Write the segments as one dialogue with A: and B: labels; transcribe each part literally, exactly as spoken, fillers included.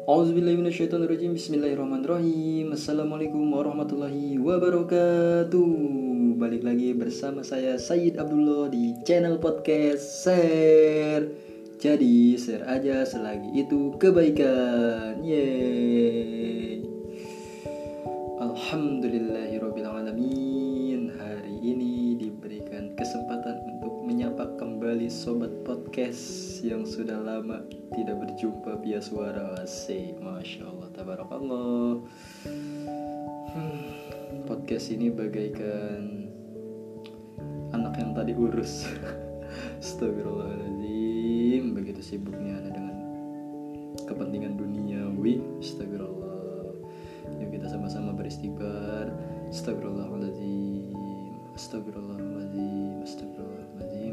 A: Auzubillahiminasyaitonirrajim. Bismillahirrahmanirrahim. Assalamualaikum warahmatullahi wabarakatuh. Balik lagi bersama saya Sayyid Abdullah di channel podcast Share. Jadi share aja selagi itu kebaikan. Yeay. Alhamdulillahirrabbilalamin. Hari ini diberikan kesempatan untuk menyapa kembali sobat podcast yang sudah lama tidak berjumpa via suara. Asik, Masya Allah, tabarakallah. hmm, Podcast ini bagaikan anak yang tadi urus. Astagfirullahaladzim, begitu sibuknya Anda dengan kepentingan duniawi. Astagfirullah. Yuk kita sama-sama beristighfar. Astagfirullahaladzim, Astagfirullahaladzim, Astagfirullahaladzim.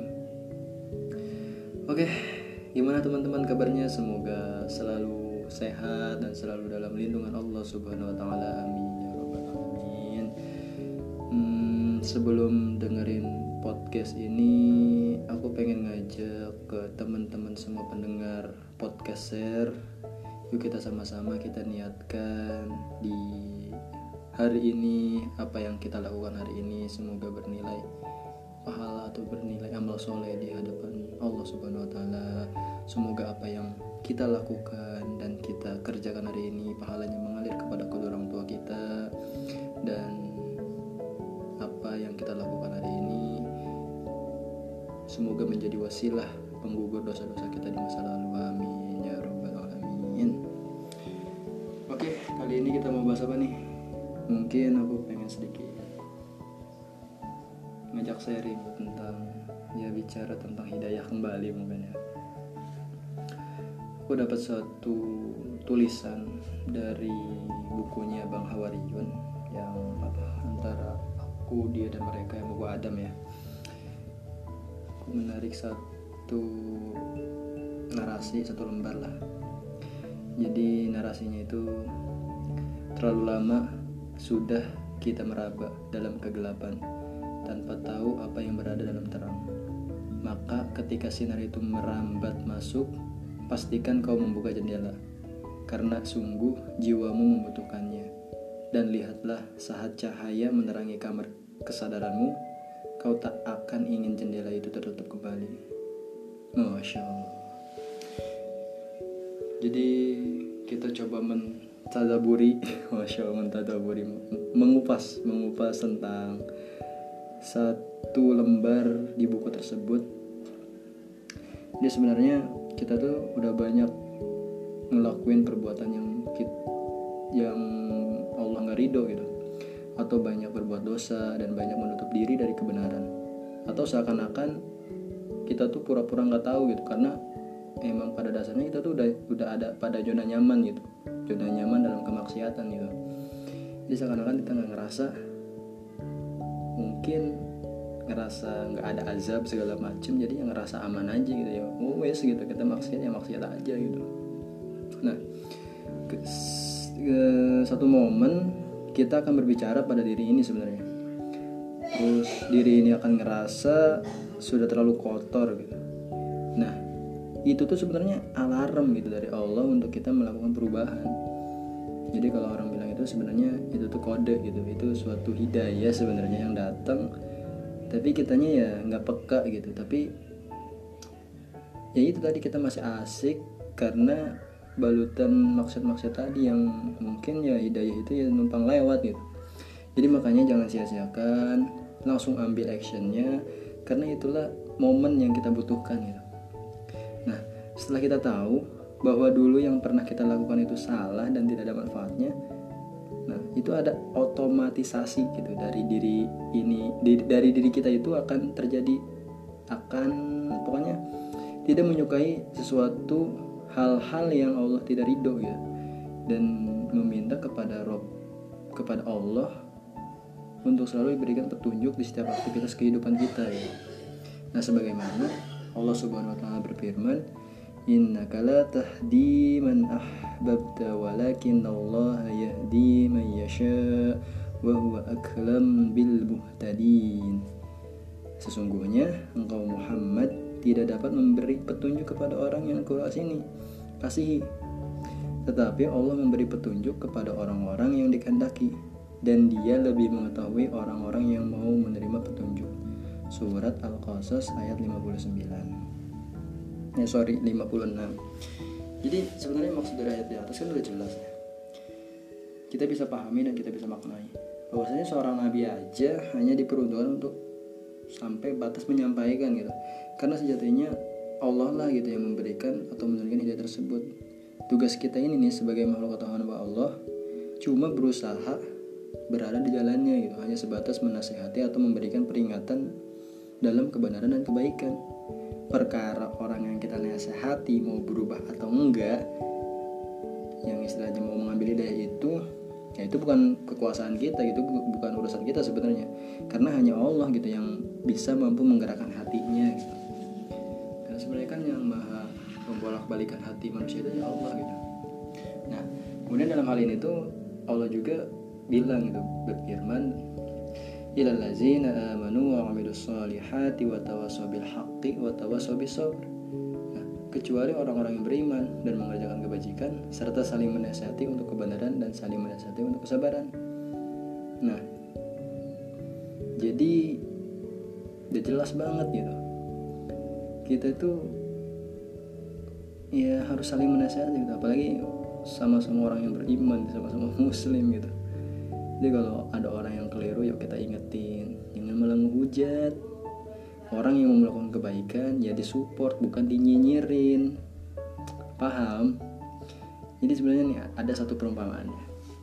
A: Oke, gimana teman-teman kabarnya? Semoga selalu sehat dan selalu dalam lindungan Allah Subhanahu wa taala. Amin ya rabbal alamin. Hmm, sebelum dengerin podcast ini, aku pengen ngajak ke teman-teman semua pendengar podcast Share. Yuk kita sama-sama kita niatkan di hari ini, apa yang kita lakukan hari ini semoga bernilai pahala atau bernilai amal soleh di hadapan Allah Subhanahu wa taala. Semoga apa yang kita lakukan dan kita kerjakan hari ini pahalanya mengalir kepada kedua orang tua kita, dan apa yang kita lakukan hari ini semoga menjadi wasilah penggugur dosa-dosa kita di masa lalu. Amin ya rabbal alamin. Oke, kali ini kita mau bahas apa nih? Mungkin aku pengen sedikit ngajak sharing tentang, ya bicara tentang hidayah kembali mungkin ya. Aku dapat satu tulisan dari bukunya Bang Hawariyun yang apa, antara aku, dia dan mereka yang buku Adam ya. Aku menarik satu narasi, satu lembar lah. Jadi narasinya itu, terlalu lama sudah kita meraba dalam kegelapan tanpa tahu apa yang berada dalam terang. Maka ketika sinar itu merambat masuk, pastikan kau membuka jendela, karena sungguh jiwamu membutuhkannya. Dan lihatlah, saat cahaya menerangi kamar kesadaranmu, kau tak akan ingin jendela itu tertutup kembali. Masya Allah. Jadi kita coba mentadaburi, Masya Allah, mentadaburi, mengupas, mengupas tentang satu lembar di buku tersebut. Dia sebenarnya kita tuh udah banyak ngelakuin perbuatan yang yang Allah nggak ridho gitu, atau banyak berbuat dosa dan banyak menutup diri dari kebenaran, atau seakan-akan kita tuh pura-pura nggak tahu gitu, karena emang pada dasarnya kita tuh udah udah ada pada zona nyaman gitu, zona nyaman dalam kemaksiatan gitu. Jadi seakan-akan kita nggak ngerasa, mungkin ngerasa nggak ada azab segala macem, jadi yang ngerasa aman aja gitu ya. Oh wes gitu, kita maksiat ya maksiat aja gitu. Nah, ke, ke, satu momen kita akan berbicara pada diri ini sebenarnya. Terus diri ini akan ngerasa sudah terlalu kotor gitu. Nah, itu tuh sebenarnya alarm gitu dari Allah untuk kita melakukan perubahan. Jadi kalau orang bilang itu sebenarnya itu tuh kode gitu, itu suatu hidayah sebenarnya yang datang, tapi kitanya ya nggak peka gitu. Tapi ya itu tadi, kita masih asik karena balutan maksud-maksud tadi yang mungkin ya hidayah itu ya numpang lewat gitu. Jadi makanya jangan sia-siakan, langsung ambil actionnya, karena itulah momen yang kita butuhkan gitu. Nah, setelah kita tahu bahwa dulu yang pernah kita lakukan itu salah dan tidak ada manfaatnya, nah itu ada otomatisasi gitu dari diri ini, di, dari diri kita itu akan terjadi, akan pokoknya tidak menyukai sesuatu hal-hal yang Allah tidak ridho ya, dan meminta kepada Rob, kepada Allah untuk selalu diberikan petunjuk di setiap aktivitas kehidupan kita ya. Nah, sebagaimana Allah Subhanahu wa taala berfirman, innaka la tahdi man ahbabta walakinallaha yahdi man yasha wa huwa aklam bil muhtadin. Sesungguhnya engkau Muhammad tidak dapat memberi petunjuk kepada orang yang Engkau kasihi. Kasihi. tetapi Allah memberi petunjuk kepada orang-orang yang dikehendaki, dan Dia lebih mengetahui orang-orang yang mau menerima petunjuk. Surat Al-Qasas ayat lima puluh sembilan. Ya sorry lima puluh enam. Jadi sebenarnya maksud dari ayat di atas kan udah jelas ya. Kita bisa pahami dan kita bisa maknai bahwasanya seorang nabi aja hanya diperuntukkan untuk sampai batas menyampaikan gitu. Karena sejatinya Allah lah gitu yang memberikan atau menurunkan hidayah tersebut. Tugas kita ini nih sebagai makhluk atau hamba Allah cuma berusaha berada di jalannya gitu, hanya sebatas menasihati atau memberikan peringatan dalam kebenaran dan kebaikan. Perkara orang yang kita nasihati mau berubah atau enggak, yang istilahnya mau mengambil hidayah itu, ya itu bukan kekuasaan kita gitu, bukan urusan kita sebenarnya, karena hanya Allah gitu yang bisa mampu menggerakkan hatinya gitu. Dan sebenarnya kan yang maha membolak-balikan hati manusia itu ya Allah gitu. Nah, kemudian dalam hal ini tuh Allah juga bilang gitu, berfirman, ilal ladzina amanu wa 'amilus solihati wa tawassaw bil haqqi wa tawassaw bis sabr. Nah, kecuali orang-orang yang beriman dan mengerjakan kebajikan serta saling menasihati untuk kebenaran dan saling menasihati untuk kesabaran. Nah, jadi udah jelas banget gitu. Kita tuh ya harus saling menasihati gitu, apalagi sama-sama orang yang beriman, sama-sama muslim gitu. Jadi kalau ada orang yang keliru, yuk kita ingetin, jangan malah ngehujat. Orang yang mau melakukan kebaikan ya disupport, bukan dinyinyirin. Paham? Jadi sebenarnya nih ada satu perumpamaannya.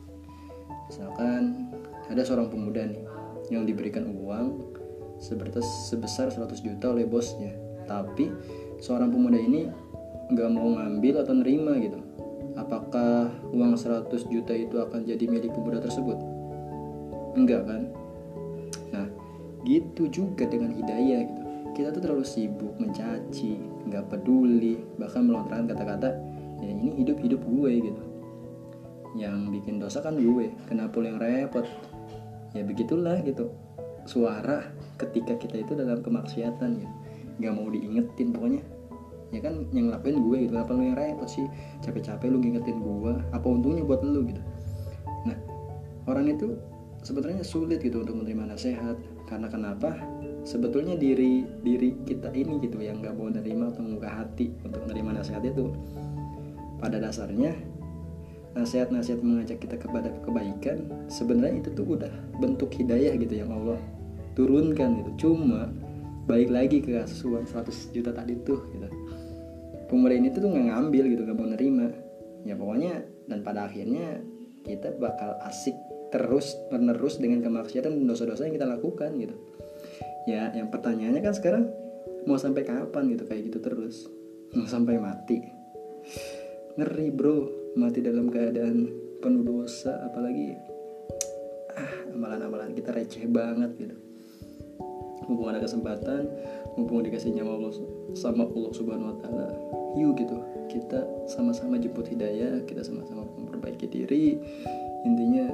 A: Misalkan ada seorang pemuda nih yang diberikan uang sebesar seratus juta oleh bosnya, tapi seorang pemuda ini gak mau ngambil atau nerima gitu. Apakah uang seratus juta itu akan jadi milik pemuda tersebut? Enggak kan? Nah, gitu juga dengan hidayah gitu. Kita tuh terlalu sibuk mencaci, gak peduli, bahkan melontarkan kata-kata, ya ini hidup-hidup gue gitu. Yang bikin dosa kan gue, kenapa lu yang repot? Ya begitulah gitu suara ketika kita itu dalam kemaksiatan gitu. Gak mau diingetin pokoknya. Ya kan yang ngelakuin gue gitu, kenapa lu yang repot sih? Capek-capek lu ngingetin gue, apa untungnya buat lu gitu. Nah, orang itu sebenarnya sulit gitu untuk menerima nasihat. Karena kenapa? Sebetulnya diri diri kita ini gitu yang gak mau nerima atau membuka hati untuk menerima nasihat itu. Pada dasarnya nasihat-nasihat mengajak kita kepada kebaikan, sebenarnya itu tuh udah bentuk hidayah gitu yang Allah turunkan gitu. Cuma balik lagi ke kasus uang seratus juta tadi tuh gitu. Pemuda ini tuh gak ngambil gitu, gak mau nerima. Ya pokoknya, dan pada akhirnya kita bakal asik terus menerus dengan kemaksiatan dan dosa-dosa yang kita lakukan gitu. Ya yang pertanyaannya kan sekarang, mau sampai kapan gitu kayak gitu terus? Mau sampai mati? Ngeri bro, mati dalam keadaan penuh dosa. Apalagi ah amalan-amalan kita receh banget gitu. Mumpung ada kesempatan, mumpung dikasih nyawa Allah sama Allah Subhanahu Wa Taala, yuk gitu kita sama-sama jemput hidayah, kita sama-sama memperbaiki diri. Intinya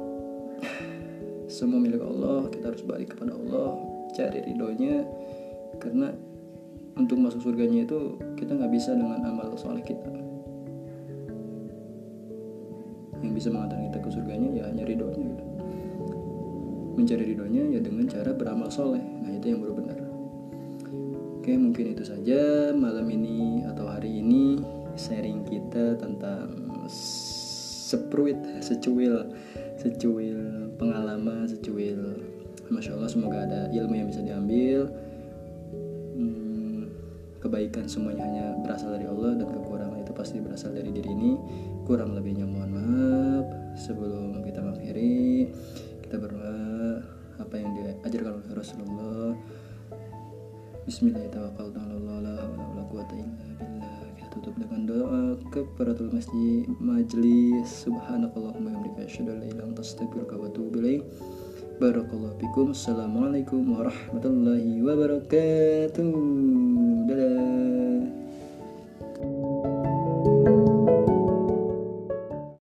A: semua milik Allah, kita harus balik kepada Allah, cari ridhonya. Karena untuk masuk surganya itu kita nggak bisa dengan amal soleh kita. Yang bisa mengantarkan kita ke surganya ya hanya ridhonya gitu. Mencari ridhonya ya dengan cara beramal soleh. Nah itu yang baru benar. Oke, mungkin itu saja malam ini atau hari ini sharing kita tentang sepruit, secuil, secuil pengalaman, secuil. Masya Allah, semoga ada ilmu yang bisa diambil. Hmm, kebaikan semuanya hanya berasal dari Allah dan kekurangan itu pasti berasal dari diri ini. Kurang lebihnya mohon maaf. Sebelum kita mengakhiri, kita berdoa apa yang diajarkan oleh Rasulullah. Bismillahirrahmanirrahim. La haula wala quwwata illa billah. Kita tutup dengan doa kafaratul masjid majlis. Subhanakallahumma wa bihamdika asyhadu an la ilaha illa anta astaghfiruka wa atubu ilaik. Barakallahu fikum. Assalamualaikum warahmatullahi wabarakatuh. Dadah.